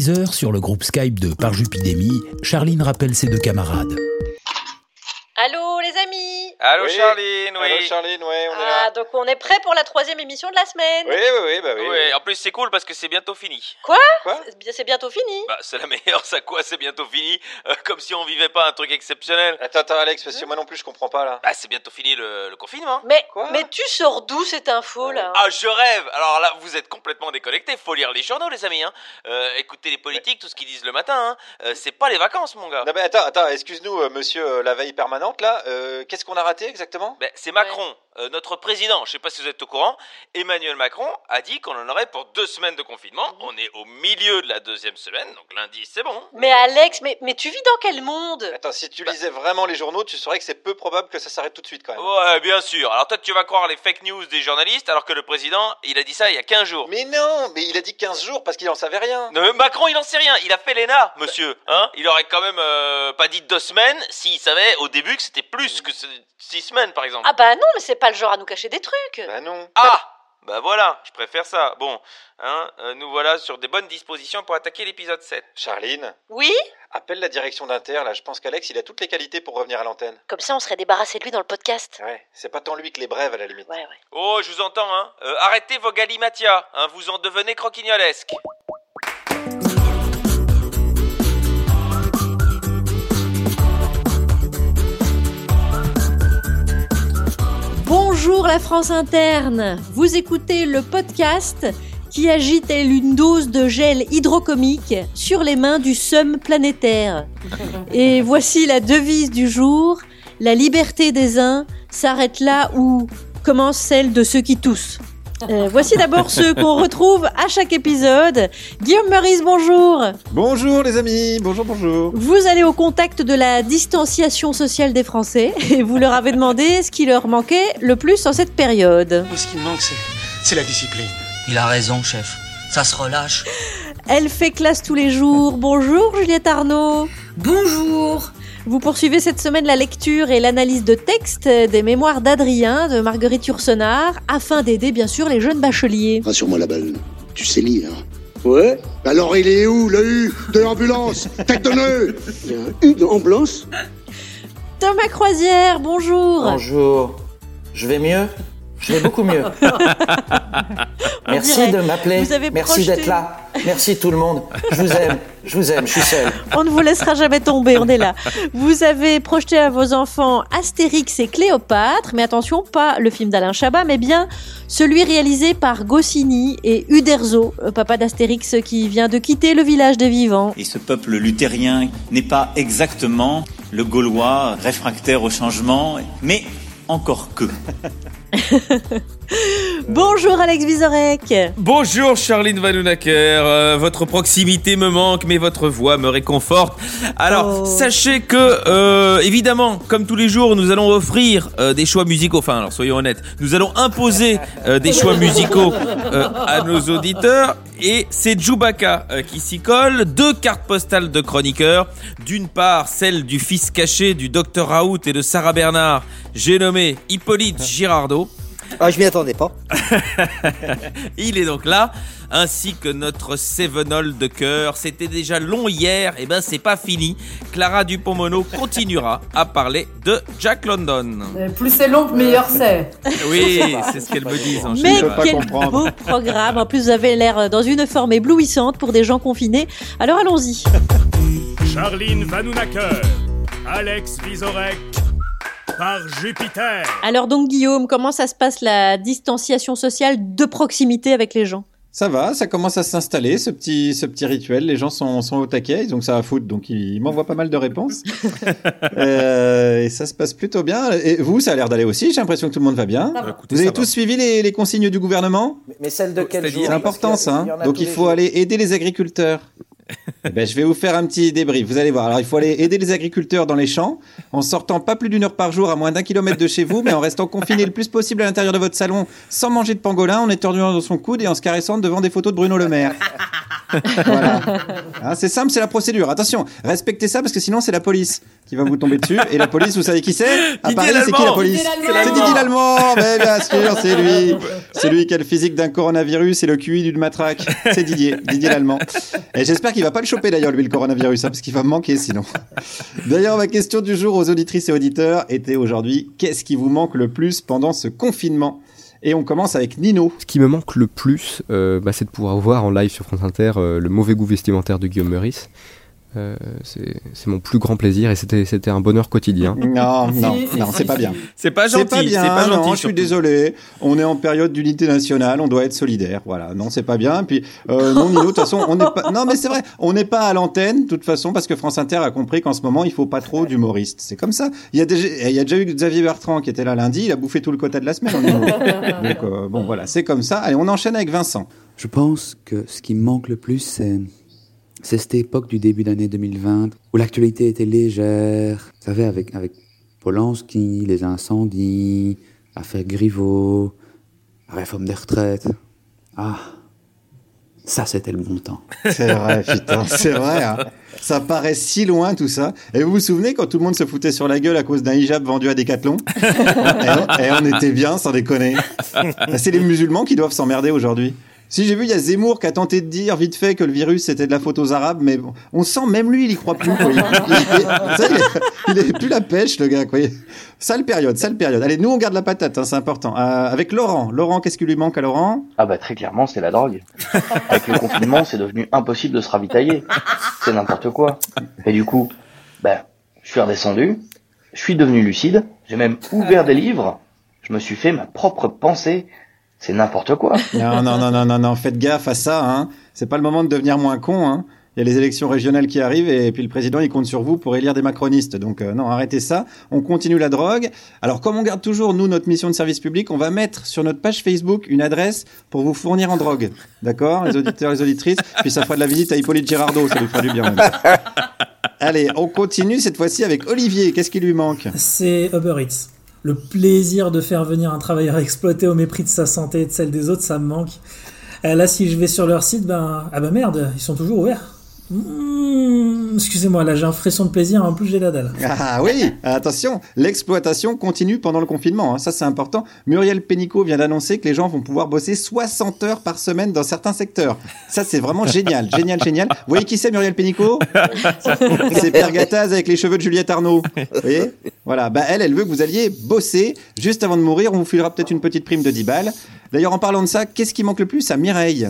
10h, sur le groupe Skype de Parjupidémie, Charline rappelle ses deux camarades. Allô les amis. Allô Charline, oui. Allô Charline, ouais, on est là. Donc on est prêt pour la 3e émission de la semaine. Oui. Oui, en plus c'est cool parce que c'est bientôt fini. Quoi Quoi ? C'est bientôt fini. Bah c'est la meilleure, ça quoi, c'est bientôt fini. Comme si on vivait pas un truc exceptionnel. Attends Alex, parce que moi non plus je comprends pas là. Bah c'est bientôt fini le confinement. Mais Quoi ? tu sors d'où cette info là? Ah je rêve. Alors là vous êtes complètement déconnectés. Faut lire les journaux les amis. Écoutez les politiques, tout ce qu'ils disent le matin. C'est pas les vacances mon gars. Non mais attends, excuse-nous monsieur la veille permanente là. Qu'est-ce qu'on a raté exactement ? Ben, c'est Macron, notre président, je sais pas si vous êtes au courant, Emmanuel Macron a dit qu'on en aurait pour 2 semaines de confinement. On est au milieu de la 2e semaine, donc lundi c'est bon. Mais Alex, mais tu vis dans quel monde? Attends, si tu lisais vraiment les journaux, tu saurais que c'est peu probable que ça s'arrête tout de suite quand même. Ouais, bien sûr. Alors toi tu vas croire les fake news des journalistes alors que le président, il a dit ça il y a 15 jours. Mais non, mais il a dit 15 jours parce qu'il en savait rien. Macron il en sait rien, il a fait l'ENA, monsieur. Il aurait quand même pas dit 2 semaines s'il savait au début que c'était plus que 6 semaines par exemple. Ah bah non, mais c'est pas le genre à nous cacher des trucs. Bah non. Ah bah voilà, je préfère ça. Bon, nous voilà sur des bonnes dispositions pour attaquer l'épisode 7. Charline, Oui? appelle la direction d'Inter là, je pense qu'Alex il a toutes les qualités pour revenir à l'antenne. Comme ça on serait débarrassé de lui dans le podcast. Ouais, c'est pas tant lui que les brèves à la limite. Ouais. Oh, je vous entends, arrêtez vos galimatia, vous en devenez croquignolesques. Bonjour la France interne. Vous écoutez le podcast qui agite telle une dose de gel hydrocomique sur les mains du seum planétaire. Et voici la devise du jour: la liberté des uns s'arrête là où commence celle de ceux qui toussent. Voici d'abord ceux qu'on retrouve à chaque épisode. Guillaume Meurice, bonjour. Bonjour les amis, bonjour. Vous allez au contact de la distanciation sociale des Français et vous leur avez demandé ce qui leur manquait le plus en cette période. Ce qui me manque, c'est la discipline. Il a raison, chef. Ça se relâche. Elle fait classe tous les jours. Bonjour Juliette Arnaud. Bonjour. Vous poursuivez cette semaine la lecture et l'analyse de textes des mémoires d'Adrien de Marguerite Yourcenar afin d'aider bien sûr les jeunes bacheliers. Rassure-moi la balle, tu sais lire. Ouais. Alors il est où le U de l'ambulance? Tête de nœud. Il y a un U de ambulance. Thomas Croisière, bonjour. Bonjour. Je vais mieux. Je vais beaucoup mieux. Merci de m'appeler. Merci d'être là. Merci tout le monde. Je vous aime, je suis seul. On ne vous laissera jamais tomber, on est là. Vous avez projeté à vos enfants Astérix et Cléopâtre, mais attention, pas le film d'Alain Chabat, mais bien celui réalisé par Goscinny et Uderzo, papa d'Astérix qui vient de quitter le village des vivants. Et ce peuple luthérien n'est pas exactement le Gaulois réfractaire au changement, mais encore que. Bonjour Alex Vizorek. Bonjour Charline Vanhoenacker, votre proximité me manque mais votre voix me réconforte. Alors sachez que évidemment comme tous les jours nous allons offrir des choix musicaux, enfin alors soyons honnêtes, nous allons imposer des choix musicaux à nos auditeurs et c'est Chewbacca qui s'y colle. 2 cartes postales de chroniqueurs, d'une part celle du fils caché du Dr Raoult et de Sarah Bernard, j'ai nommé Hippolyte Girardot. Ah, je m'y attendais pas. Il est donc là, ainsi que notre Cévenol de cœur. C'était déjà long hier, et ben c'est pas fini. Clara Dupont-Moreau continuera à parler de Jack London. Plus c'est long, meilleur c'est. Oui, c'est ce qu'elle me dit. Mais quel beau programme. En plus, vous avez l'air dans une forme éblouissante pour des gens confinés. Alors allons-y. Charline Vanhoenacker, Alex Vizorek, par Jupiter. Alors donc Guillaume, comment ça se passe la distanciation sociale de proximité avec les gens? Ça va, ça commence à s'installer, ce petit rituel. Les gens sont au taquet, donc ça à foutre, donc ils m'envoient pas mal de réponses. Et ça se passe plutôt bien. Et vous, ça a l'air d'aller aussi, j'ai l'impression que tout le monde va bien. Vous avez tous suivi les consignes du gouvernement? Mais celle de quel jour? C'est important ça, hein. Donc il faut aller aider les agriculteurs. Je vais vous faire un petit débrief, vous allez voir. Alors il faut aller aider les agriculteurs dans les champs en sortant pas plus d'1 heure par jour à moins d'1 kilomètre de chez vous, mais en restant confiné le plus possible à l'intérieur de votre salon sans manger de pangolin, en éternuant dans son coude et en se caressant devant des photos de Bruno Le Maire. Voilà. Hein, c'est simple, c'est la procédure. Attention, respectez ça parce que sinon c'est la police qui va vous tomber dessus. Et la police, vous savez qui c'est? À Paris, c'est qui la police? C'est Didier Lallemand. Mais bien sûr, c'est lui. C'est lui qui a le physique d'un coronavirus et le QI d'une matraque. C'est Didier Lallemand. Et j'espère qu'il va pas le choper d'ailleurs, lui, le coronavirus, hein, parce qu'il va me manquer sinon. D'ailleurs, ma question du jour aux auditrices et auditeurs était aujourd'hui: qu'est-ce qui vous manque le plus pendant ce confinement? Et on commence avec Nino. Ce qui me manque le plus, c'est de pouvoir voir en live sur France Inter le mauvais goût vestimentaire de Guillaume Meurice. C'est mon plus grand plaisir et c'était un bonheur quotidien. Non, c'est pas bien. C'est pas gentil. C'est pas gentil. Non, je suis désolé. On est en période d'unité nationale, on doit être solidaire. Voilà. Non, c'est pas bien. Puis non, Nino, de toute façon, on n'est pas. Non, mais c'est vrai, on n'est pas à l'antenne, de toute façon, parce que France Inter a compris qu'en ce moment, il faut pas trop d'humoristes. C'est comme ça. Il y a déjà eu Xavier Bertrand qui était là lundi. Il a bouffé tout le quota de la semaine en humour. Donc bon, voilà, c'est comme ça. Allez, on enchaîne avec Vincent. Je pense que ce qui me manque le plus, c'est cette époque du début d'année 2020 où l'actualité était légère. Vous savez, avec Polanski, les incendies, l'affaire Griveaux, la réforme des retraites. Ah, ça c'était le bon temps. C'est vrai, putain, c'est vrai. Hein. Ça paraît si loin tout ça. Et vous vous souvenez quand tout le monde se foutait sur la gueule à cause d'un hijab vendu à Decathlon? et on était bien, sans déconner. C'est les musulmans qui doivent s'emmerder aujourd'hui. Si j'ai vu, il y a Zemmour qui a tenté de dire vite fait que le virus c'était de la faute aux Arabes, mais bon, on sent même lui, il y croit plus. Quoi. Il est plus la pêche, le gars. Quoi. Sale période. Allez, nous on garde la patate, hein, c'est important. Avec Laurent. Laurent, qu'est-ce qui lui manque à Laurent? Ah bah très clairement, c'est la drogue. Avec le confinement, c'est devenu impossible de se ravitailler. C'est n'importe quoi. Et du coup, je suis redescendu, je suis devenu lucide, j'ai même ouvert des livres, je me suis fait ma propre pensée. C'est n'importe quoi. Non, faites gaffe à ça, hein. C'est pas le moment de devenir moins con, hein. Il y a les élections régionales qui arrivent et puis le président, il compte sur vous pour élire des macronistes. Donc, non, arrêtez ça. On continue la drogue. Alors, comme on garde toujours, nous, notre mission de service public, on va mettre sur notre page Facebook une adresse pour vous fournir en drogue. D'accord? Les auditeurs, les auditrices. Puis ça fera de la visite à Hippolyte Girardot. Ça lui fera du bien. Même. Allez, on continue cette fois-ci avec Olivier. Qu'est-ce qui lui manque? C'est Uber Eats. Le plaisir de faire venir un travailleur exploité au mépris de sa santé et de celle des autres, ça me manque. Là, si je vais sur leur site, merde, ils sont toujours ouverts. Excusez-moi, là j'ai un frisson de plaisir, en plus j'ai la dalle. Ah oui, attention, l'exploitation continue pendant le confinement, hein. Ça c'est important. Muriel Pénicaud vient d'annoncer que les gens vont pouvoir bosser 60 heures par semaine dans certains secteurs. Ça c'est vraiment génial. Vous voyez qui c'est Muriel Pénicaud? C'est Père Gattaz avec les cheveux de Juliette Arnaud. Vous voyez? Voilà, elle veut que vous alliez bosser. Juste avant de mourir, on vous filera peut-être une petite prime de 10 balles. D'ailleurs, en parlant de ça, qu'est-ce qui manque le plus à Mireille?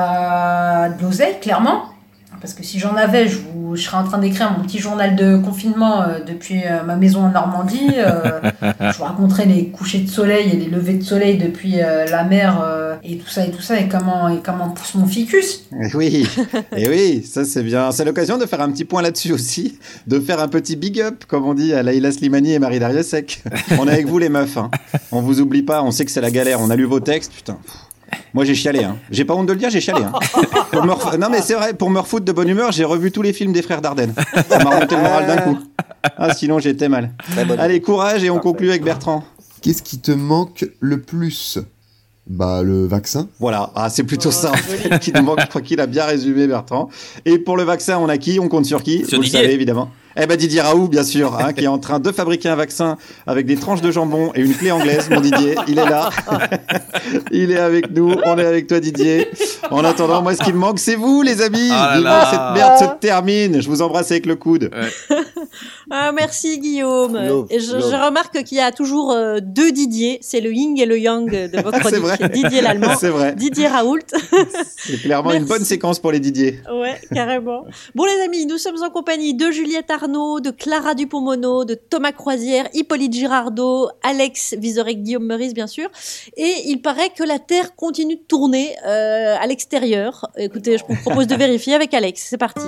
De l'oseille, clairement. Parce que si j'en avais, je serais en train d'écrire mon petit journal de confinement depuis ma maison en Normandie. Je vous raconterai les couchers de soleil et les levées de soleil depuis la mer et tout ça et comment pousse mon ficus. Et oui, ça c'est bien. C'est l'occasion de faire un petit point là-dessus aussi, de faire un petit big up, comme on dit à Laïla Slimani et Marie Dariussec. On est avec vous les meufs, hein. On vous oublie pas, on sait que c'est la galère. On a lu vos textes, putain. Moi j'ai chialé, hein. J'ai pas honte de le dire, j'ai chialé, hein. Non mais c'est vrai, pour me refoutre de bonne humeur, j'ai revu tous les films des frères Dardenne. Ça m'a remonté le moral d'un coup. Ah sinon j'étais mal. Allez, courage et on conclut avec Bertrand. Qu'est-ce qui te manque le plus? Le vaccin. Voilà, c'est plutôt ça en fait, qui nous manque. Je crois qu'il a bien résumé Bertrand. Et pour le vaccin, on a qui? On compte sur qui? Sur vous Didier. Le savez évidemment. Didier Raoult, bien sûr, hein, qui est en train de fabriquer un vaccin avec des tranches de jambon et une clé anglaise. Mon Didier, il est là. Il est avec nous. On est avec toi, Didier. En attendant, moi, ce qui me manque, c'est vous, les amis. Vivement cette merde se termine. Je vous embrasse avec le coude. Ouais. Ah, merci, Guillaume. Et je remarque qu'il y a toujours deux Didier. C'est le yin et le yang de votre chronique. C'est vrai. Didier l'Allemand. C'est vrai. Didier Raoult. C'est clairement une bonne séquence pour les Didier. Ouais, carrément. Bon, les amis, nous sommes en compagnie de Juliette Arnaud, de Clara Dupont-Mono, de Thomas Croisière, Hippolyte Girardot, Alex Vizorek, Guillaume Meurice, bien sûr. Et il paraît que la Terre continue de tourner à l'extérieur. Écoutez, je vous propose de vérifier avec Alex. C'est parti.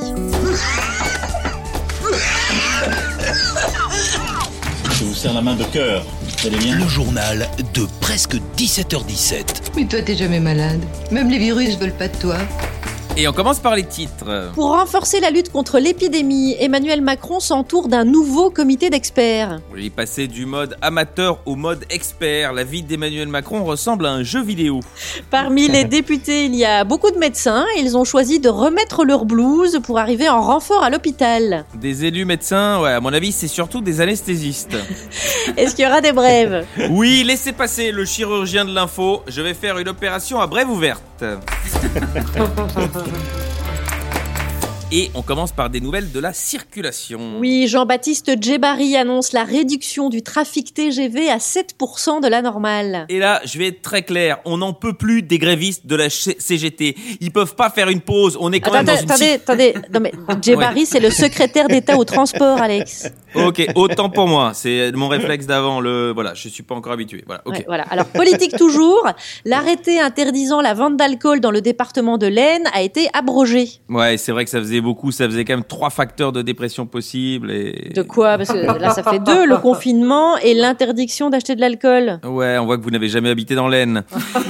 Je vous serre la main de cœur. Vous allez bien? Le journal de presque 17h17. Mais toi, t'es jamais malade. Même les virus veulent pas de toi. Et on commence par les titres. Pour renforcer la lutte contre l'épidémie, Emmanuel Macron s'entoure d'un nouveau comité d'experts. Il est passé du mode amateur au mode expert. La vie d'Emmanuel Macron ressemble à un jeu vidéo. Parmi les députés, il y a beaucoup de médecins. Ils ont choisi de remettre leur blouse pour arriver en renfort à l'hôpital. Des élus médecins, ouais, à mon avis, c'est surtout des anesthésistes. Est-ce qu'il y aura des brèves ? Oui, laissez passer le chirurgien de l'info. Je vais faire une opération à brève ouverte. Et on commence par des nouvelles de la circulation. Oui, Jean-Baptiste Djebari annonce la réduction du trafic TGV à 7% de la normale. Et là, je vais être très clair, on n'en peut plus des grévistes de la CGT. Ils peuvent pas faire une pause, on est quand même dans une... Attendez, non mais Djebari, c'est le secrétaire d'État au transport, Alex. Ok, autant pour moi, c'est mon réflexe d'avant, voilà, je suis pas encore habitué, voilà, ok. Ouais, voilà. Alors, politique toujours, l'arrêté interdisant la vente d'alcool dans le département de l'Aisne a été abrogé. Ouais, c'est vrai que ça faisait beaucoup, ça faisait quand même 3 facteurs de dépression possibles et... De quoi ? Parce que là, ça fait 2, le confinement et l'interdiction d'acheter de l'alcool. Ouais, on voit que vous n'avez jamais habité dans l'Aisne.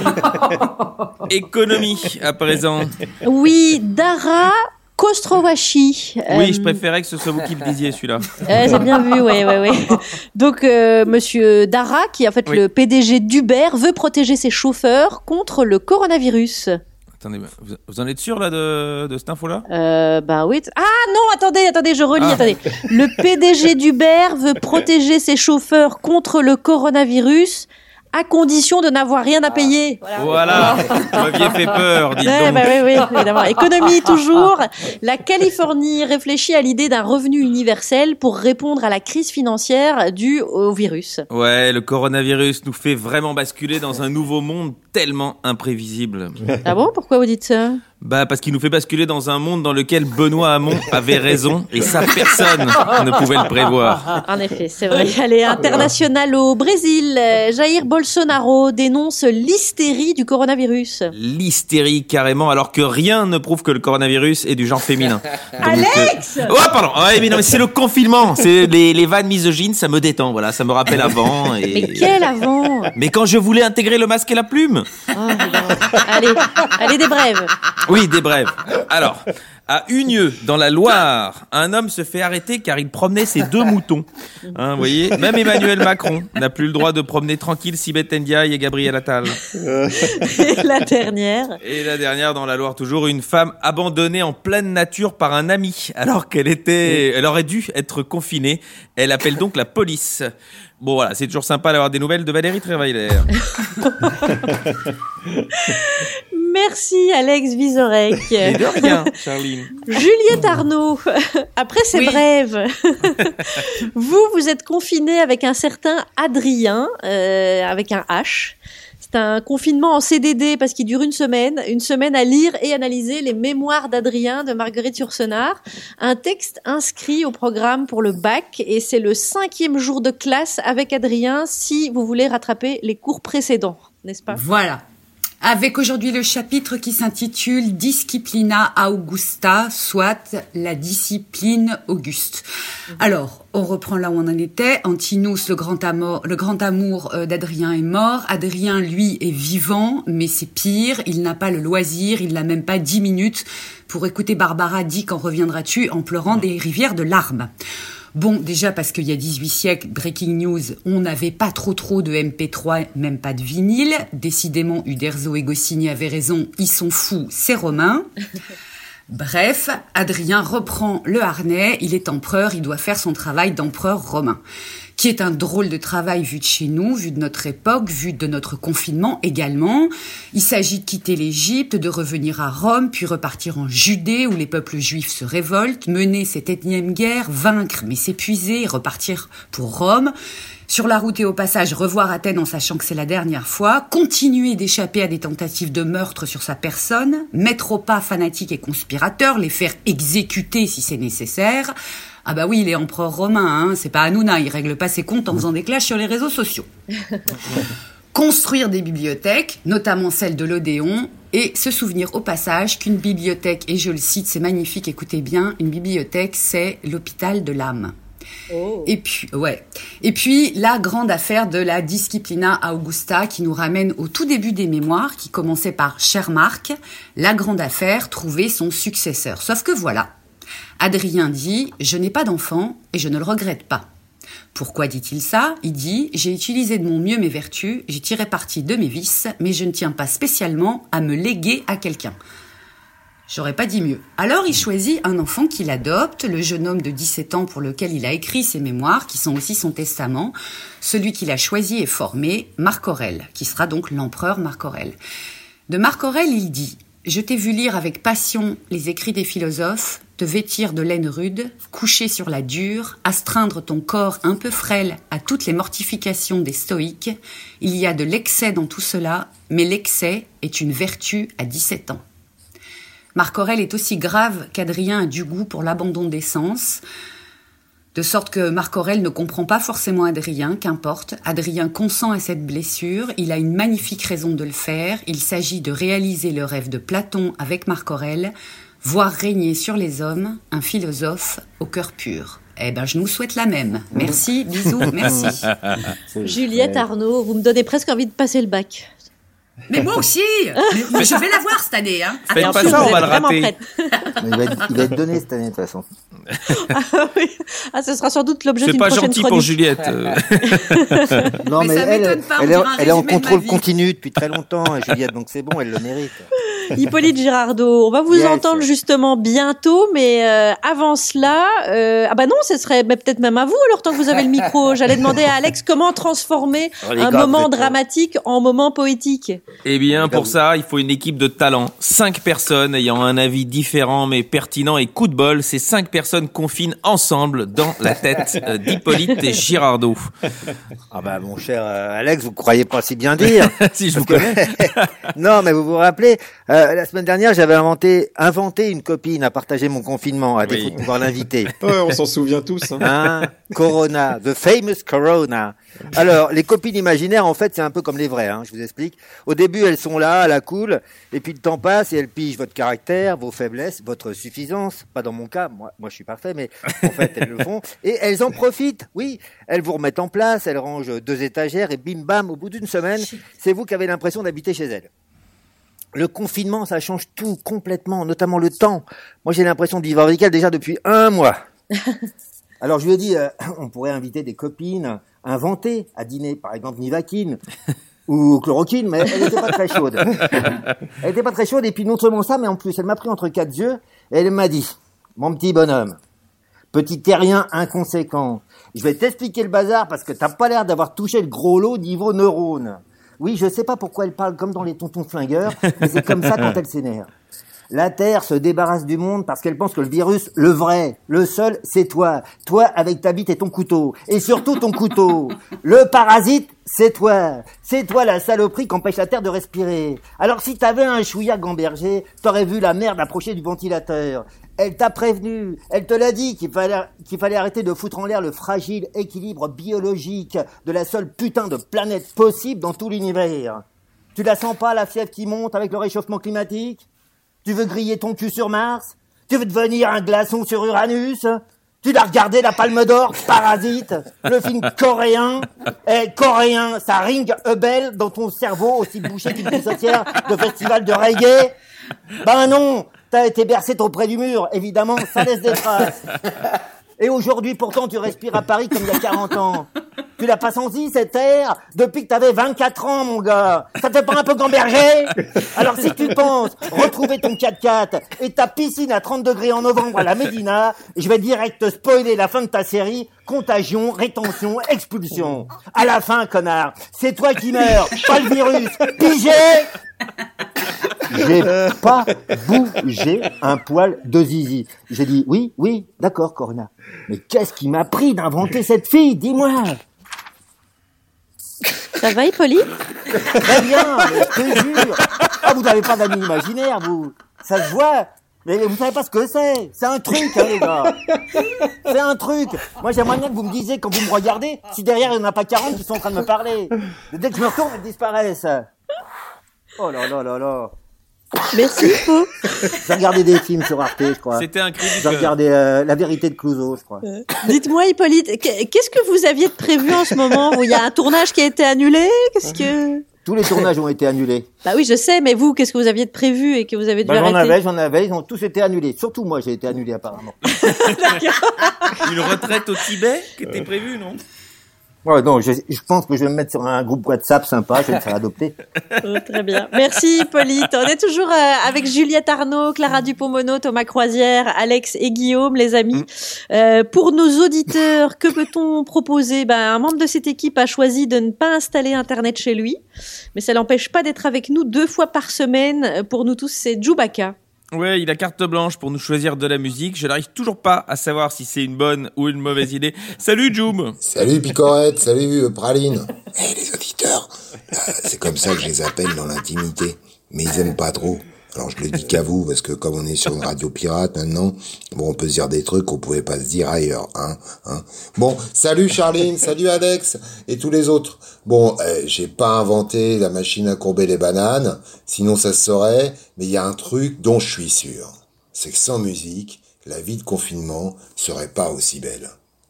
Économie, à présent. Oui, Dara Khosrowashi. Oui, je préférais que ce soit vous qui le disiez, celui-là. J'ai bien vu, ouais. Donc, monsieur Dara, qui est en fait le PDG d'Uber, veut protéger ses chauffeurs contre le coronavirus. Attendez, vous en êtes sûr là de cette info-là ? Bah oui. Ah non, attendez, je relis, attendez. Le PDG d'Uber veut protéger ses chauffeurs contre le coronavirus à condition de n'avoir rien à payer. Voilà. Vous m'aviez fait peur, dites donc. Bah oui, évidemment. Économie toujours. La Californie réfléchit à l'idée d'un revenu universel pour répondre à la crise financière due au virus. Ouais, le coronavirus nous fait vraiment basculer dans un nouveau monde tellement imprévisible. Ah bon ? Pourquoi vous dites ça ? Bah parce qu'il nous fait basculer dans un monde dans lequel Benoît Hamon avait raison et ça personne ne pouvait le prévoir. En effet, c'est vrai. Allez, international au Brésil, Jair Bolsonaro dénonce l'hystérie du coronavirus. L'hystérie carrément, alors que rien ne prouve que le coronavirus est du genre féminin. Donc, Alex Oh pardon, ouais, mais non, mais c'est le confinement, c'est les vannes misogynes, ça me détend, voilà, ça me rappelle avant. Et... Mais quel avant ? Mais quand je voulais intégrer le masque et la plume. Oh, allez, des brèves. Oui, des brèves. Alors, à Unieux, dans la Loire, un homme se fait arrêter car il promenait ses 2 moutons. Vous voyez, même Emmanuel Macron n'a plus le droit de promener tranquille Sibeth Ndiaye et Gabriel Attal. Et la dernière dans la Loire, toujours une femme abandonnée en pleine nature par un ami alors elle aurait dû être confinée. Elle appelle donc la police. Bon voilà, c'est toujours sympa d'avoir des nouvelles de Valérie Trierweiler. Merci Alex Vizorek. Et de rien, Charline. Juliette Arnaud, après ces brèves, vous êtes confiné avec un certain Adrien, avec un H. C'est un confinement en CDD parce qu'il dure une semaine à lire et analyser les mémoires d'Adrien de Marguerite Yourcenar, un texte inscrit au programme pour le bac et c'est le 5e jour de classe avec Adrien si vous voulez rattraper les cours précédents, n'est-ce pas ? Voilà. Avec aujourd'hui le chapitre qui s'intitule Disciplina Augusta, soit la discipline auguste. Alors, on reprend là où on en était. Antinous, le grand amour d'Adrien est mort. Adrien, lui, est vivant, mais c'est pire. Il n'a pas le loisir, il n'a même pas 10 minutes pour écouter Barbara dit quand reviendras-tu en pleurant des rivières de larmes. Bon, déjà parce qu'il y a 18 siècles, breaking news, on n'avait pas trop de MP3, même pas de vinyle. Décidément, Uderzo et Goscinny avaient raison, ils sont fous, c'est romain. Bref, Adrien reprend le harnais, il est empereur, il doit faire son travail d'empereur romain. Qui est un drôle de travail vu de chez nous, vu de notre époque, vu de notre confinement également. Il s'agit de quitter l'Égypte, de revenir à Rome, puis repartir en Judée où les peuples juifs se révoltent, mener cette énième guerre, vaincre mais s'épuiser, repartir pour Rome. Sur la route et au passage, revoir Athènes en sachant que c'est la dernière fois, continuer d'échapper à des tentatives de meurtre sur sa personne, mettre au pas fanatiques et conspirateurs, les faire exécuter si c'est nécessaire. Ah bah oui, il est empereur romain, c'est pas Hanouna, il règle pas ses comptes en faisant des clashs sur les réseaux sociaux. Construire des bibliothèques, notamment celle de l'Odéon, et se souvenir au passage qu'une bibliothèque, et je le cite, c'est magnifique, écoutez bien, une bibliothèque, c'est l'hôpital de l'âme. Et puis, la grande affaire de la Disciplina Augusta qui nous ramène au tout début des mémoires, qui commençait par « Cher Marc », la grande affaire, trouver son successeur. Sauf que voilà, Adrien dit « Je n'ai pas d'enfant et je ne le regrette pas ». Pourquoi dit-il ça ? Il dit « J'ai utilisé de mon mieux mes vertus, j'ai tiré parti de mes vices, mais je ne tiens pas spécialement à me léguer à quelqu'un ». J'aurais pas dit mieux. Alors il choisit un enfant qu'il adopte, le jeune homme de 17 ans pour lequel il a écrit ses mémoires, qui sont aussi son testament, celui qu'il a choisi et formé, Marc Aurèle, qui sera donc l'empereur Marc Aurèle. De Marc Aurèle, il dit « Je t'ai vu lire avec passion les écrits des philosophes, te vêtir de laine rude, coucher sur la dure, astreindre ton corps un peu frêle à toutes les mortifications des stoïques. Il y a de l'excès dans tout cela, mais l'excès est une vertu à 17 ans. » Marc Aurèle est aussi grave qu'Adrien a du goût pour l'abandon des sens, de sorte que Marc Aurèle ne comprend pas forcément Adrien, qu'importe. Adrien consent à cette blessure, il a une magnifique raison de le faire, il s'agit de réaliser le rêve de Platon avec Marc Aurèle, voir régner sur les hommes un philosophe au cœur pur. Eh ben, je nous souhaite la même. Merci, bisous, merci. Juliette, Arnaud, vous me donnez presque envie de passer le bac. Mais moi aussi. Mais je vais la voir cette année. Hein. Faites pas ça, on va le rater. Il va être donné cette année de toute façon. Oui. Ce sera sans doute l'objet d'une prochaine chronique. C'est pas gentil pour Juliette. Non, mais elle est en contrôle continu depuis très longtemps, Juliette, donc c'est bon, elle le mérite. Hippolyte Girardot, on va vous entendre justement bientôt, mais avant cela, ce serait peut-être même à vous, alors tant que vous avez le micro. J'allais demander à Alex comment transformer un moment dramatique en moment poétique. Eh bien, pour ça, il faut une équipe de talent. 5 personnes ayant un avis différent mais pertinent et coup de bol. Ces 5 personnes confinent ensemble dans la tête d'Hippolyte et Girardot. Ah bah, mon cher Alex, vous croyez pas si bien dire. Si je vous connais. Non, mais vous vous rappelez, la semaine dernière, j'avais inventé une copine à partager mon confinement, à défaut de pouvoir l'inviter. Ouais, on s'en souvient tous. Corona, the famous Corona. Alors, les copines imaginaires, en fait, c'est un peu comme les vraies, je vous explique. Au début, elles sont là, à la cool, et puis le temps passe et elles pigent votre caractère, vos faiblesses, votre suffisance. Pas dans mon cas, moi je suis parfait, mais en fait, elles le font. Et elles en profitent, oui. Elles vous remettent en place, elles rangent 2 étagères et bim bam, au bout d'une semaine, c'est vous qui avez l'impression d'habiter chez elles. Le confinement, ça change tout complètement, notamment le temps. Moi, j'ai l'impression de vivre avec elle déjà depuis 1 mois. Alors, je lui ai dit, on pourrait inviter des copines inventées à dîner, par exemple Nivaquine ou chloroquine, mais elle n'était pas très chaude. Elle n'était pas très chaude, et puis non seulement ça, mais en plus, elle m'a pris entre 4 yeux, et elle m'a dit, mon petit bonhomme, petit terrien inconséquent, je vais t'expliquer le bazar parce que t'as pas l'air d'avoir touché le gros lot niveau neurones. Oui, je sais pas pourquoi elle parle comme dans les tontons flingueurs, mais c'est comme ça quand elle s'énerve. La Terre se débarrasse du monde parce qu'elle pense que le virus, le vrai, le seul, c'est toi. Toi avec ta bite et ton couteau. Et surtout ton couteau. Le parasite, c'est toi. C'est toi la saloperie qu'empêche la Terre de respirer. Alors si t'avais un chouïa gamberger, t'aurais vu la merde approcher du ventilateur. Elle t'a prévenu, elle te l'a dit qu'il fallait arrêter de foutre en l'air le fragile équilibre biologique de la seule putain de planète possible dans tout l'univers. Tu la sens pas, la fièvre qui monte avec le réchauffement climatique ? Tu veux griller ton cul sur Mars ? Tu veux devenir un glaçon sur Uranus ? Tu dois regarder La Palme d'Or, Parasite, le film coréen. Coréen, ça ring a bell dans ton cerveau aussi bouché qu'une pissotière de festival de reggae. Ben non, t'as été bercé trop près du mur, évidemment, ça laisse des traces. Et aujourd'hui, pourtant, tu respires à Paris comme il y a 40 ans. Tu l'as pas senti, cette air, depuis que t'avais 24 ans, mon gars. Ça te fait pas un peu gamberger ? Alors si tu penses retrouver ton 4x4 et ta piscine à 30 degrés en novembre à la Médina, je vais direct te spoiler la fin de ta série. Contagion, rétention, expulsion. À la fin, connard, c'est toi qui meurs, pas le virus. Pigé ? J'ai pas bougé un poil de zizi. J'ai dit oui, d'accord, Corona. Mais qu'est-ce qui m'a pris d'inventer cette fille ? Dis-moi. Ça va, Hippolyte ? Très bien, mais je te jure. Ah, vous n'avez pas d'amis imaginaires, vous. Ça se voit. Mais vous savez pas ce que c'est. C'est un truc, les gars. C'est un truc. Moi, j'aimerais bien que vous me disiez, quand vous me regardez, si derrière, il n'y en a pas 40 qui sont en train de me parler. Dès que je me retourne, elles disparaissent. Oh là là là là. Merci, Faux. J'ai regardé des films sur Arte, je crois. C'était un cri du J'ai cœur. regardé La vérité de Clouseau, je crois. Dites-moi, Hippolyte, qu'est-ce que vous aviez de prévu en ce moment? Il y a un tournage qui a été annulé? Qu'est-ce que... Tous les tournages ont été annulés. Bah oui, je sais, mais vous, qu'est-ce que vous aviez de prévu et que vous avez dû J'en arrêter? avais, ils ont tous été annulés. Surtout moi, j'ai été annulé apparemment. Une retraite au Tibet qui était prévue, non? Ouais, non, je pense que je vais me mettre sur un groupe WhatsApp sympa, je vais me faire adopter. Oh, très bien. Merci, Hippolyte. On est toujours avec Juliette Arnaud, Clara Dupont-Mono, Thomas Croisière, Alex et Guillaume, les amis. Pour nos auditeurs, que peut-on proposer? Un membre de cette équipe a choisi de ne pas installer Internet chez lui, mais ça l'empêche pas d'être avec nous 2 fois par semaine. Pour nous tous, c'est Djoubaka. Ouais, il a carte blanche pour nous choisir de la musique. Je n'arrive toujours pas à savoir si c'est une bonne ou une mauvaise idée. Salut, Joum. Salut, Picorette. Salut, Praline. Les auditeurs, c'est comme ça que je les appelle dans l'intimité. Mais ils aiment pas trop. Alors je le dis qu'à vous, parce que comme on est sur une radio pirate maintenant, bon, on peut se dire des trucs qu'on pouvait pas se dire ailleurs, hein. Bon, salut Charline, salut Alex, et tous les autres. Bon, j'ai pas inventé la machine à courber les bananes, sinon ça se saurait, mais il y a un truc dont je suis sûr. C'est que sans musique, la vie de confinement serait pas aussi belle.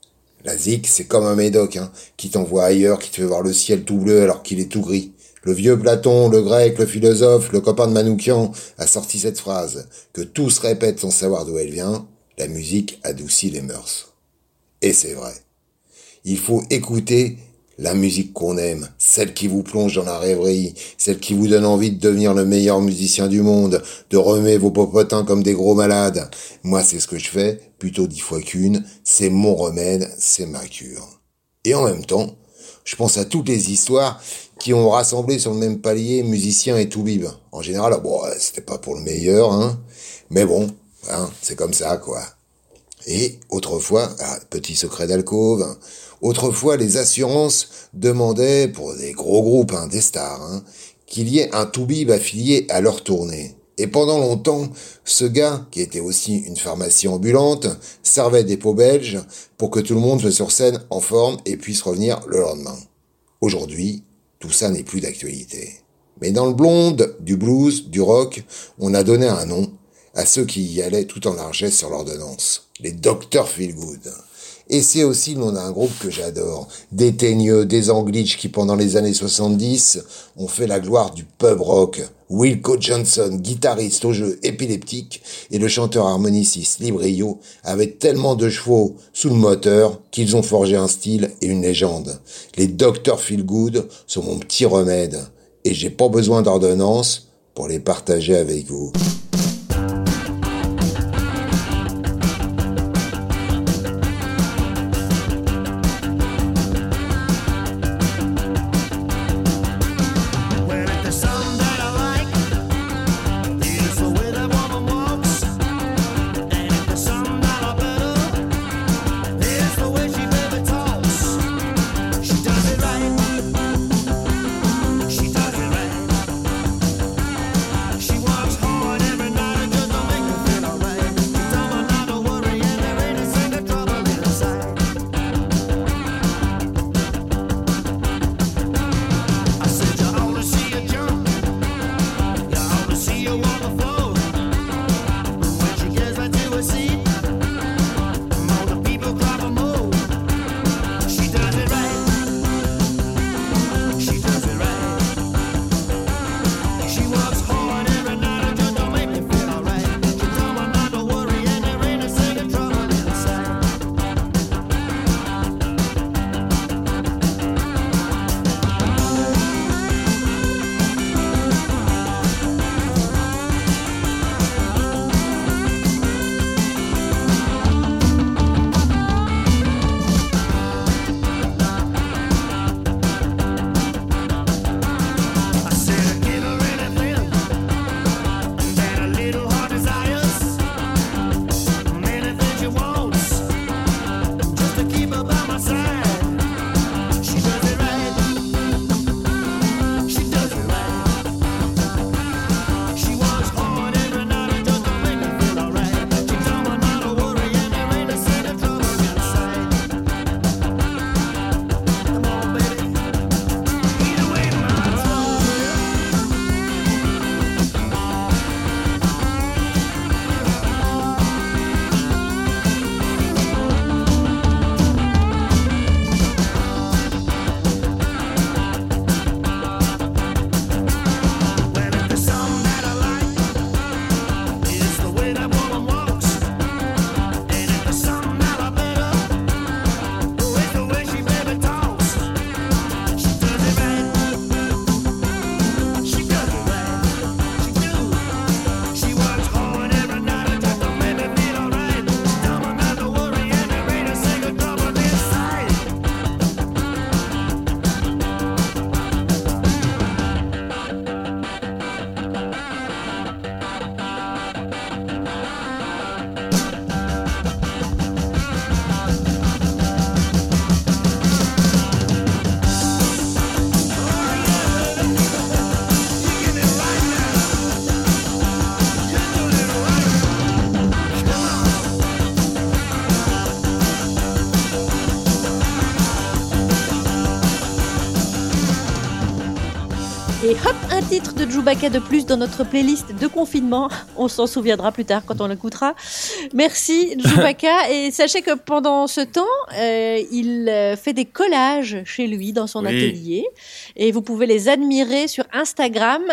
La zik, c'est comme un médoc, qui t'envoie ailleurs, qui te fait voir le ciel tout bleu alors qu'il est tout gris. Le vieux Platon, le grec, le philosophe, le copain de Manoukian a sorti cette phrase, que tous répètent sans savoir d'où elle vient, la musique adoucit les mœurs. Et c'est vrai. Il faut écouter la musique qu'on aime, celle qui vous plonge dans la rêverie, celle qui vous donne envie de devenir le meilleur musicien du monde, de remuer vos popotins comme des gros malades. Moi, c'est ce que je fais, plutôt 10 fois qu'une, c'est mon remède, c'est ma cure. Et en même temps, je pense à toutes les histoires qui ont rassemblé sur le même palier musiciens et toubibs. En général, bon, c'était pas pour le meilleur, mais bon, c'est comme ça, quoi. Et autrefois, petit secret d'alcôve, autrefois les assurances demandaient, pour des gros groupes, des stars, qu'il y ait un toubib affilié à leur tournée. Et pendant longtemps, ce gars, qui était aussi une pharmacie ambulante, servait des pots belges pour que tout le monde soit sur scène en forme et puisse revenir le lendemain. Aujourd'hui, tout ça n'est plus d'actualité. Mais dans le blonde, du blues, du rock, on a donné un nom à ceux qui y allaient tout en largesse sur l'ordonnance. Les Dr Feelgood. Et c'est aussi le nom d'un groupe que j'adore. Des teigneux, des anglitches qui pendant les années 70 ont fait la gloire du pub rock. Wilco Johnson, guitariste au jeu épileptique, et le chanteur harmoniciste Librio avaient tellement de chevaux sous le moteur qu'ils ont forgé un style et une légende. Les Dr Feelgood sont mon petit remède, et j'ai pas besoin d'ordonnance pour les partager avec vous. She walks hard every titre de Chewbacca de plus dans notre playlist de confinement. On s'en souviendra plus tard quand on l'écoutera. Merci Chewbacca. Et sachez que pendant ce temps, il fait des collages chez lui dans son atelier. Et vous pouvez les admirer sur Instagram,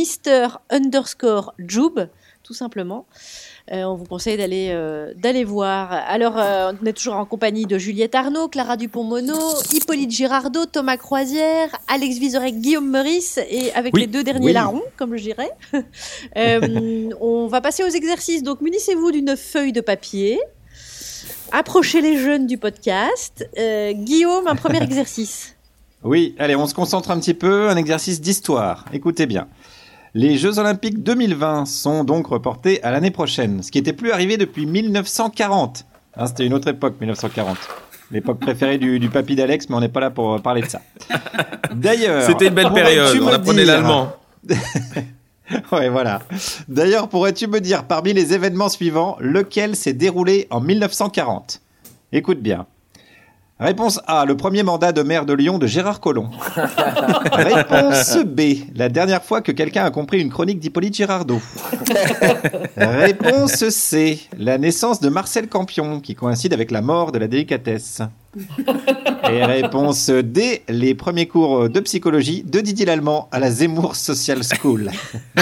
Mr_Joub, tout simplement. On vous conseille d'aller voir. Alors, on est toujours en compagnie de Juliette Arnaud, Clara Dupont-Mono, Hippolyte Girardot, Thomas Croisière, Alex Vizorek, Guillaume Meurice, et avec les deux derniers larrons, comme je dirais. On va passer aux exercices. Donc, munissez-vous d'une feuille de papier. Approchez les jeunes du podcast. Guillaume, un premier exercice. Oui, allez, on se concentre un petit peu. Un exercice d'histoire. Écoutez bien. Les Jeux Olympiques 2020 sont donc reportés à l'année prochaine, ce qui n'était plus arrivé depuis 1940. C'était une autre époque, 1940. L'époque préférée du papy d'Alex, mais on n'est pas là pour parler de ça. D'ailleurs... C'était une belle période, on apprenait l'allemand. Ouais, voilà. D'ailleurs, pourrais-tu me dire, parmi les événements suivants, lequel s'est déroulé en 1940 ? Écoute bien. Réponse A, le premier mandat de maire de Lyon de Gérard Collomb. Réponse B, la dernière fois que quelqu'un a compris une chronique d'Hippolyte Girardot. Réponse C, la naissance de Marcel Campion, qui coïncide avec la mort de la délicatesse. Et réponse D, les premiers cours de psychologie de Didier Lallemand à la Zemmour Social School.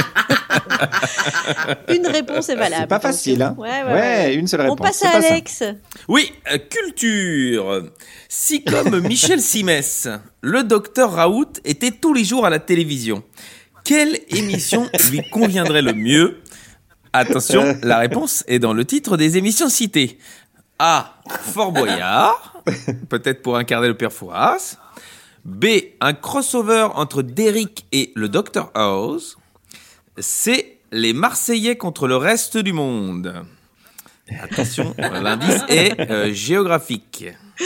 Une réponse est valable. C'est pas facile, hein. Ouais, une seule réponse. On passe à Alex. Oui, culture. Si comme Michel Simès, le docteur Raoult était tous les jours à la télévision, quelle émission lui conviendrait le mieux ? Attention, la réponse est dans le titre des émissions citées. A. Fort Boyard, peut-être pour incarner le père Fouras. B. Un crossover entre Derrick et le Dr House. C. Les Marseillais contre le reste du monde. Attention, l'indice est géographique.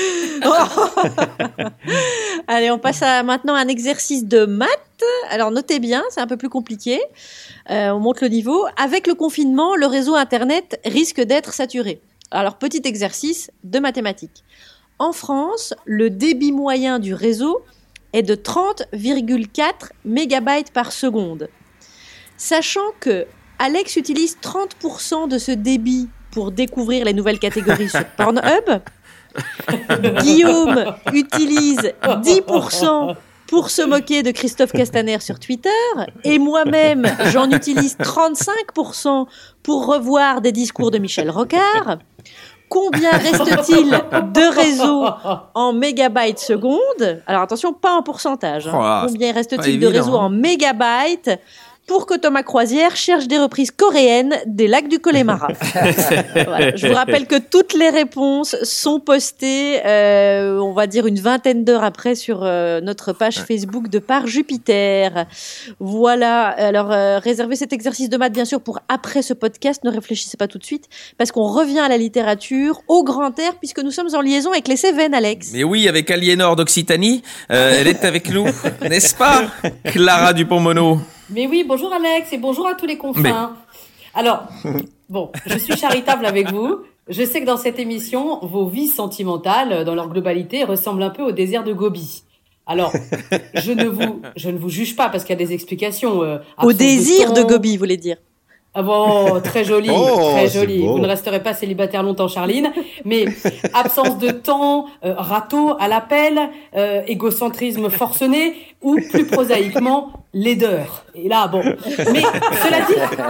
Allez, on passe maintenant à un exercice de maths. Alors notez bien, c'est un peu plus compliqué. On monte le niveau. Avec le confinement, le réseau Internet risque d'être saturé. Alors, petit exercice de mathématiques. En France, le débit moyen du réseau est de 30,4 mégabytes par seconde. Sachant que Alex utilise 30% de ce débit pour découvrir les nouvelles catégories sur Pornhub, Guillaume utilise 10% pour se moquer de Christophe Castaner sur Twitter, et moi-même, j'en utilise 35% pour revoir des discours de Michel Rocard. Combien reste-t-il de réseau en mégabytes seconde ? Alors attention, pas en pourcentage. Combien reste-t-il de réseau en mégabytes pour que Thomas Croisière cherche des reprises coréennes des lacs du Connemara. Voilà. Je vous rappelle que toutes les réponses sont postées, on va dire une vingtaine d'heures après sur notre page Facebook de Par Jupiter. Voilà. Alors, réservez cet exercice de maths, bien sûr, pour après ce podcast. Ne réfléchissez pas tout de suite, parce qu'on revient à la littérature, au grand air, puisque nous sommes en liaison avec les Cévennes, Alex. Mais oui, avec Aliénor d'Occitanie. Elle est avec nous, n'est-ce pas, Clara Dupont-Mono ? Mais oui, bonjour Alex et bonjour à tous les confrères. Alors, bon, je suis charitable avec vous. Je sais que dans cette émission, vos vies sentimentales, dans leur globalité, ressemblent un peu au désert de Gobi. Alors, je ne vous juge pas parce qu'il y a des explications. Au désir de Gobi, vous voulez dire? Ah bon, très joli, très joli. Vous ne resterez pas célibataire longtemps, Charline. Mais absence de temps, râteau à l'appel, égocentrisme forcené, ou plus prosaïquement, laideur. Et là, bon. Mais cela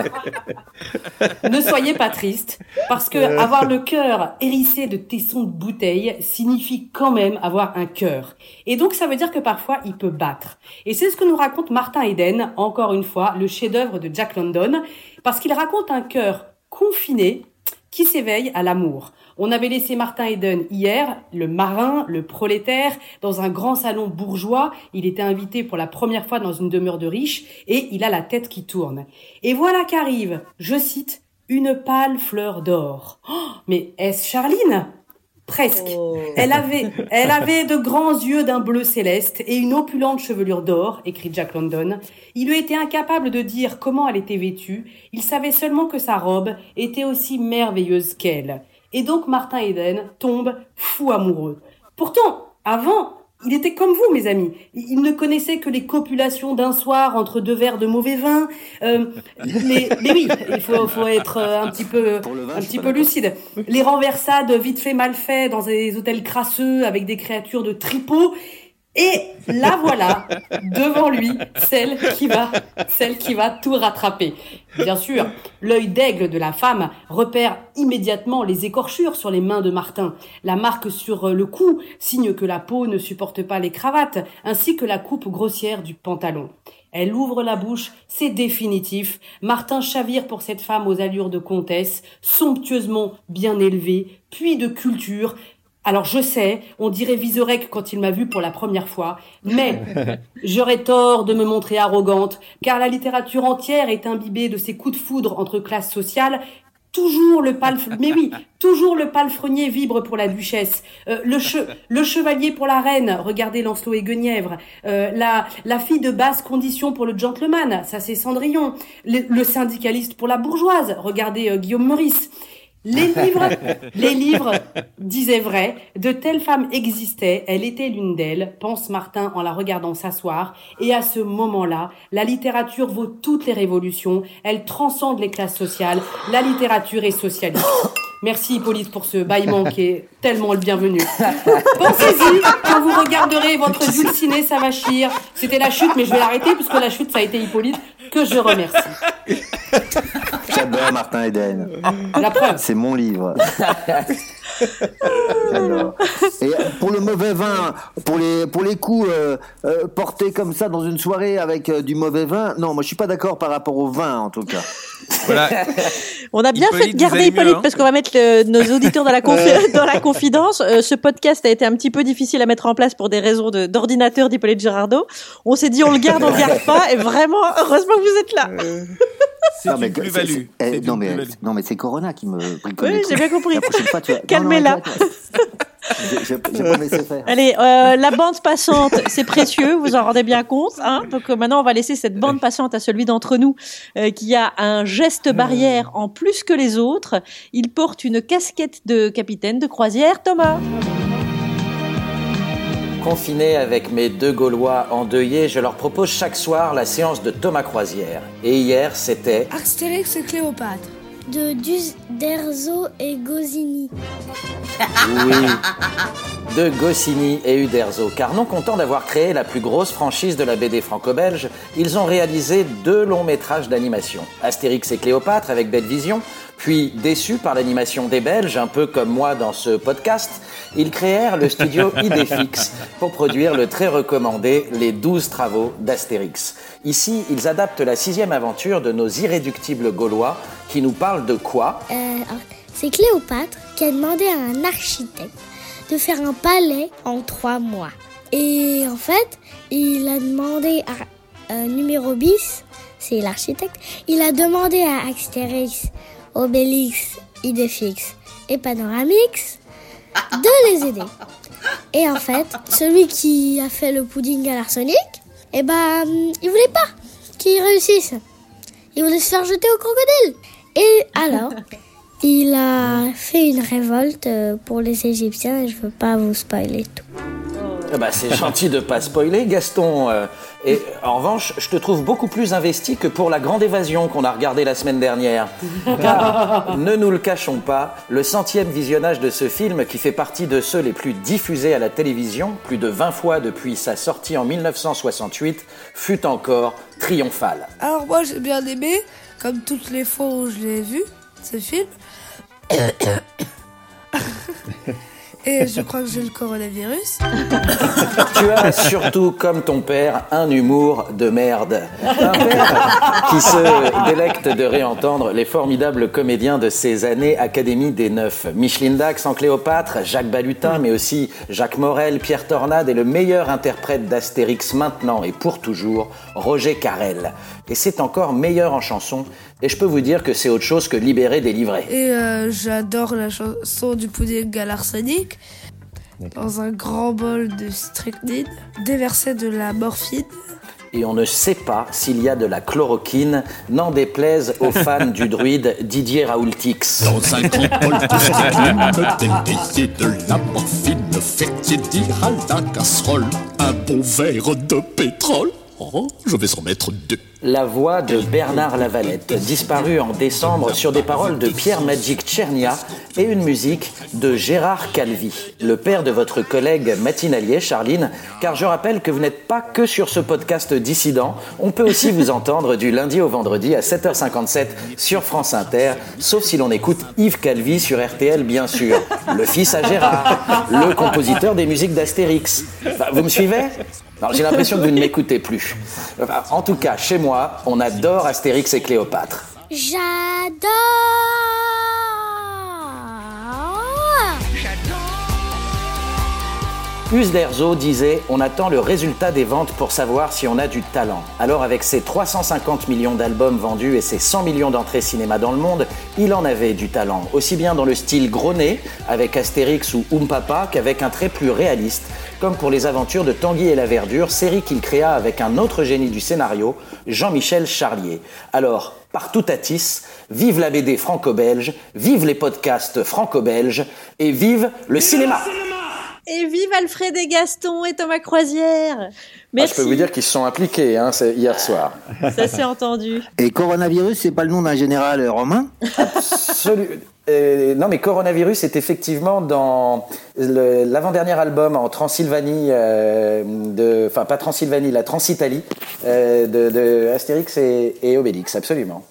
dit, ne soyez pas triste, parce que avoir le cœur hérissé de tessons de bouteille signifie quand même avoir un cœur. Et donc, ça veut dire que parfois, il peut battre. Et c'est ce que nous raconte Martin Eden, encore une fois, le chef-d'œuvre de Jack London, parce qu'il raconte un cœur confiné qui s'éveille à l'amour. On avait laissé Martin Eden hier, le marin, le prolétaire, dans un grand salon bourgeois. Il était invité pour la première fois dans une demeure de riche et il a la tête qui tourne. Et voilà qu'arrive, je cite, une pâle fleur d'or. Oh, mais est-ce Charline ? Presque. Oh. Elle avait de grands yeux d'un bleu céleste et une opulente chevelure d'or, écrit Jack London. Il lui était incapable de dire comment elle était vêtue. Il savait seulement que sa robe était aussi merveilleuse qu'elle. Et donc Martin Eden tombe fou amoureux. Pourtant, avant, Il était comme vous, mes amis. Il ne connaissait que les copulations d'un soir entre 2 verres de mauvais vin. Mais oui, il faut être un petit peu lucide. Les renversades vite fait mal fait dans des hôtels crasseux avec des créatures de tripots. Et là voilà, devant lui, celle qui va tout rattraper. Bien sûr, l'œil d'aigle de la femme repère immédiatement les écorchures sur les mains de Martin, la marque sur le cou, signe que la peau ne supporte pas les cravates, ainsi que la coupe grossière du pantalon. Elle ouvre la bouche, c'est définitif. Martin chavire pour cette femme aux allures de comtesse, somptueusement bien élevée, puis de culture. Alors je sais, on dirait Vizorek quand il m'a vue pour la première fois, mais j'aurais tort de me montrer arrogante, car la littérature entière est imbibée de ces coups de foudre entre classes sociales. Toujours le palefrenier vibre pour la duchesse, le chevalier pour la reine, regardez Lancelot et Guenièvre, la fille de basse condition pour le gentleman, ça c'est Cendrillon, le syndicaliste pour la bourgeoise, regardez Guillaume Meurice. Les livres disaient vrai, de telles femmes existaient, elle était l'une d'elles, pense Martin en la regardant s'asseoir, et à ce moment-là, la littérature vaut toutes les révolutions, elle transcende les classes sociales, la littérature est socialiste. Merci Hippolyte pour ce bâillement qui est tellement le bienvenu. Pensez-y quand vous regarderez votre dulciné s'avachir. C'était la chute, mais je vais l'arrêter puisque la chute ça a été Hippolyte, que je remercie. J'adore Martin Eden. La preuve. C'est mon livre. J'adore. Et pour le mauvais vin, pour les coups portés comme ça dans une soirée avec du mauvais vin, non, moi je suis pas d'accord par rapport au vin en tout cas. Voilà. On a bien Hippolyte, fait de garder Hippolyte parce qu'on va mettre nos auditeurs dans la confidence. Ce podcast a été un petit peu difficile à mettre en place pour des raisons d'ordinateur d'Hippolyte Girardot. On s'est dit on le garde pas et vraiment heureusement que vous êtes là. C'est une plus-value. Non mais c'est Corona qui me bricole. Oui, j'ai bien compris. La prochaine fois, Calmez-la. J'ai pas laissé faire. Allez, la bande passante, c'est précieux, vous en rendez bien compte. Hein. Donc maintenant, on va laisser cette bande passante à celui d'entre nous qui a un geste barrière en plus que les autres. Il porte une casquette de capitaine de croisière. Thomas. Confiné avec mes 2 Gaulois endeuillés, je leur propose chaque soir la séance de Thomas Croisière. Et hier, c'était... Astérix et Cléopâtre. De Uderzo et Goscinny. Oui, de Goscinny et Uderzo, car non contents d'avoir créé la plus grosse franchise de la BD franco-belge, ils ont réalisé 2 longs métrages d'animation. Astérix et Cléopâtre avec Belle Vision, puis déçus par l'animation des Belges, un peu comme moi dans ce podcast, ils créèrent le studio Idéfix pour produire le très recommandé Les 12 travaux d'Astérix. Ici, ils adaptent la 6e aventure de nos irréductibles Gaulois qui nous parlent de quoi ? C'est Cléopâtre qui a demandé à un architecte de faire un palais en 3 mois. Et en fait, il a demandé à numéro bis, c'est l'architecte, il a demandé à Astérix, Obélix, Idéfix et Panoramix de les aider. Et en fait, celui qui a fait le pudding à l'arsenic, il voulait pas qu'il réussisse. Il voulait se faire jeter au crocodile. Et alors, il a fait une révolte pour les Égyptiens et je veux pas vous spoiler tout. C'est gentil de pas spoiler, Gaston. Et en revanche, je te trouve beaucoup plus investi que pour la grande évasion qu'on a regardée la semaine dernière. Car, ne nous le cachons pas, le 100e visionnage de ce film, qui fait partie de ceux les plus diffusés à la télévision, plus de 20 fois depuis sa sortie en 1968, fut encore triomphal. Alors moi j'ai bien aimé, comme toutes les fois où je l'ai vu, ce film. Et je crois que j'ai le coronavirus. Tu as surtout, comme ton père, un humour de merde. Un père qui se délecte de réentendre les formidables comédiens de ces années Académie des Neufs. Micheline Dax en Cléopâtre, Jacques Balutin, mais aussi Jacques Morel, Pierre Tornade et le meilleur interprète d'Astérix maintenant et pour toujours, Roger Carrel. Et c'est encore meilleur en chanson. Et je peux vous dire que c'est autre chose que libérer des livrets. Et j'adore la chanson du pudding à l'arsenic. Dans un grand bol de strychnine, déverser de la morphine Et on ne sait pas s'il y a de la chloroquine, n'en déplaise aux fans du druide Didier Raoultix. Dans un grand bol de strychnine, délié de la morphine, faites dire à la casserole un bon verre de pétrole. Oh, je vais en mettre 2. La voix de Bernard Lavalette, disparu en décembre sur des paroles de Pierre Magic Tchernia et une musique de Gérard Calvi, le père de votre collègue matinalier, Charline, car je rappelle que vous n'êtes pas que sur ce podcast dissident, on peut aussi vous entendre du lundi au vendredi à 7h57 sur France Inter, sauf si l'on écoute Yves Calvi sur RTL bien sûr, le fils à Gérard, le compositeur des musiques d'Astérix. Enfin, vous me suivez ? Alors, j'ai l'impression que vous ne m'écoutez plus. Enfin, en tout cas, chez moi, on adore Astérix et Cléopâtre. J'adore. Uderzo disait « On attend le résultat des ventes pour savoir si on a du talent ». Alors avec ses 350 millions d'albums vendus et ses 100 millions d'entrées cinéma dans le monde, il en avait du talent, aussi bien dans le style gros nez, avec Astérix ou Papa, qu'avec un trait plus réaliste, comme pour les aventures de Tanguy et la Verdure, série qu'il créa avec un autre génie du scénario, Jean-Michel Charlier. Alors, partout à Tis, vive la BD franco-belge, vive les podcasts franco-belges, et vive le cinéma. Et vive Alfred et Gaston et Thomas Croisière. Merci. Je peux vous dire qu'ils se sont impliqués c'est hier soir. Ça s'est entendu. Et coronavirus, c'est pas le nom d'un général romain ? Non, mais Coronavirus est effectivement dans l'avant-dernier album en Transylvanie, pas Transylvanie, la Transitalie de Astérix et Obélix, absolument.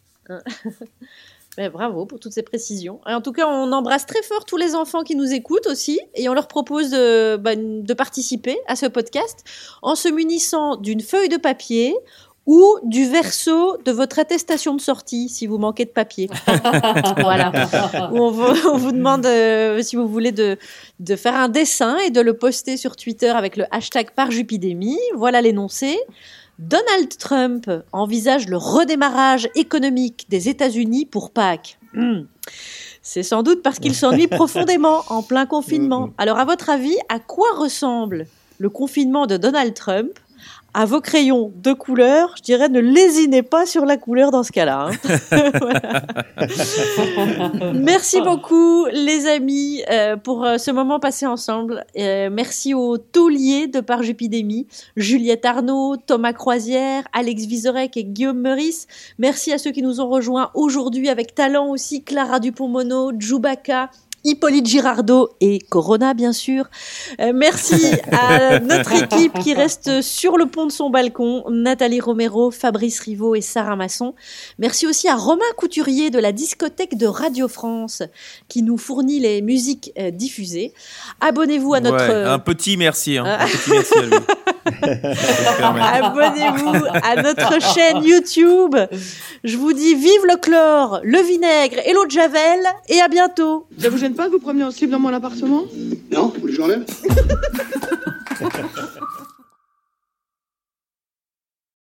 Mais bravo pour toutes ces précisions. Et en tout cas, on embrasse très fort tous les enfants qui nous écoutent aussi et on leur propose de participer à ce podcast en se munissant d'une feuille de papier ou du verso de votre attestation de sortie si vous manquez de papier. Voilà. On vous demande si vous voulez de faire un dessin et de le poster sur Twitter avec le hashtag #parjupidémie. Voilà l'énoncé. Donald Trump envisage le redémarrage économique des États-Unis pour Pâques. C'est sans doute parce qu'il s'ennuie profondément en plein confinement. Alors, à votre avis, à quoi ressemble le confinement de Donald Trump ? À vos crayons de couleur, je dirais ne lésinez pas sur la couleur dans ce cas-là. Voilà. Merci beaucoup les amis pour ce moment passé ensemble. Merci aux tauliers de Parjupidémie, Juliette Arnaud, Thomas Croisière, Alex Vizorek et Guillaume Meurice. Merci à ceux qui nous ont rejoints aujourd'hui avec talent aussi, Clara Dupont-Mono, Djoubaka, Hippolyte Girardot et Corona, bien sûr. Merci à notre équipe qui reste sur le pont de son balcon, Nathalie Romero, Fabrice Rivaud et Sarah Masson. Merci aussi à Romain Couturier de la discothèque de Radio France qui nous fournit les musiques diffusées. Abonnez-vous à notre... un petit merci. Un petit merci à lui. Abonnez-vous à notre chaîne YouTube. Je vous dis vive le chlore, le vinaigre et l'eau de javel et à bientôt. Ça vous gêne pas de vous promener en slip dans mon appartement ? Non, vous voulez que je l'enlève ?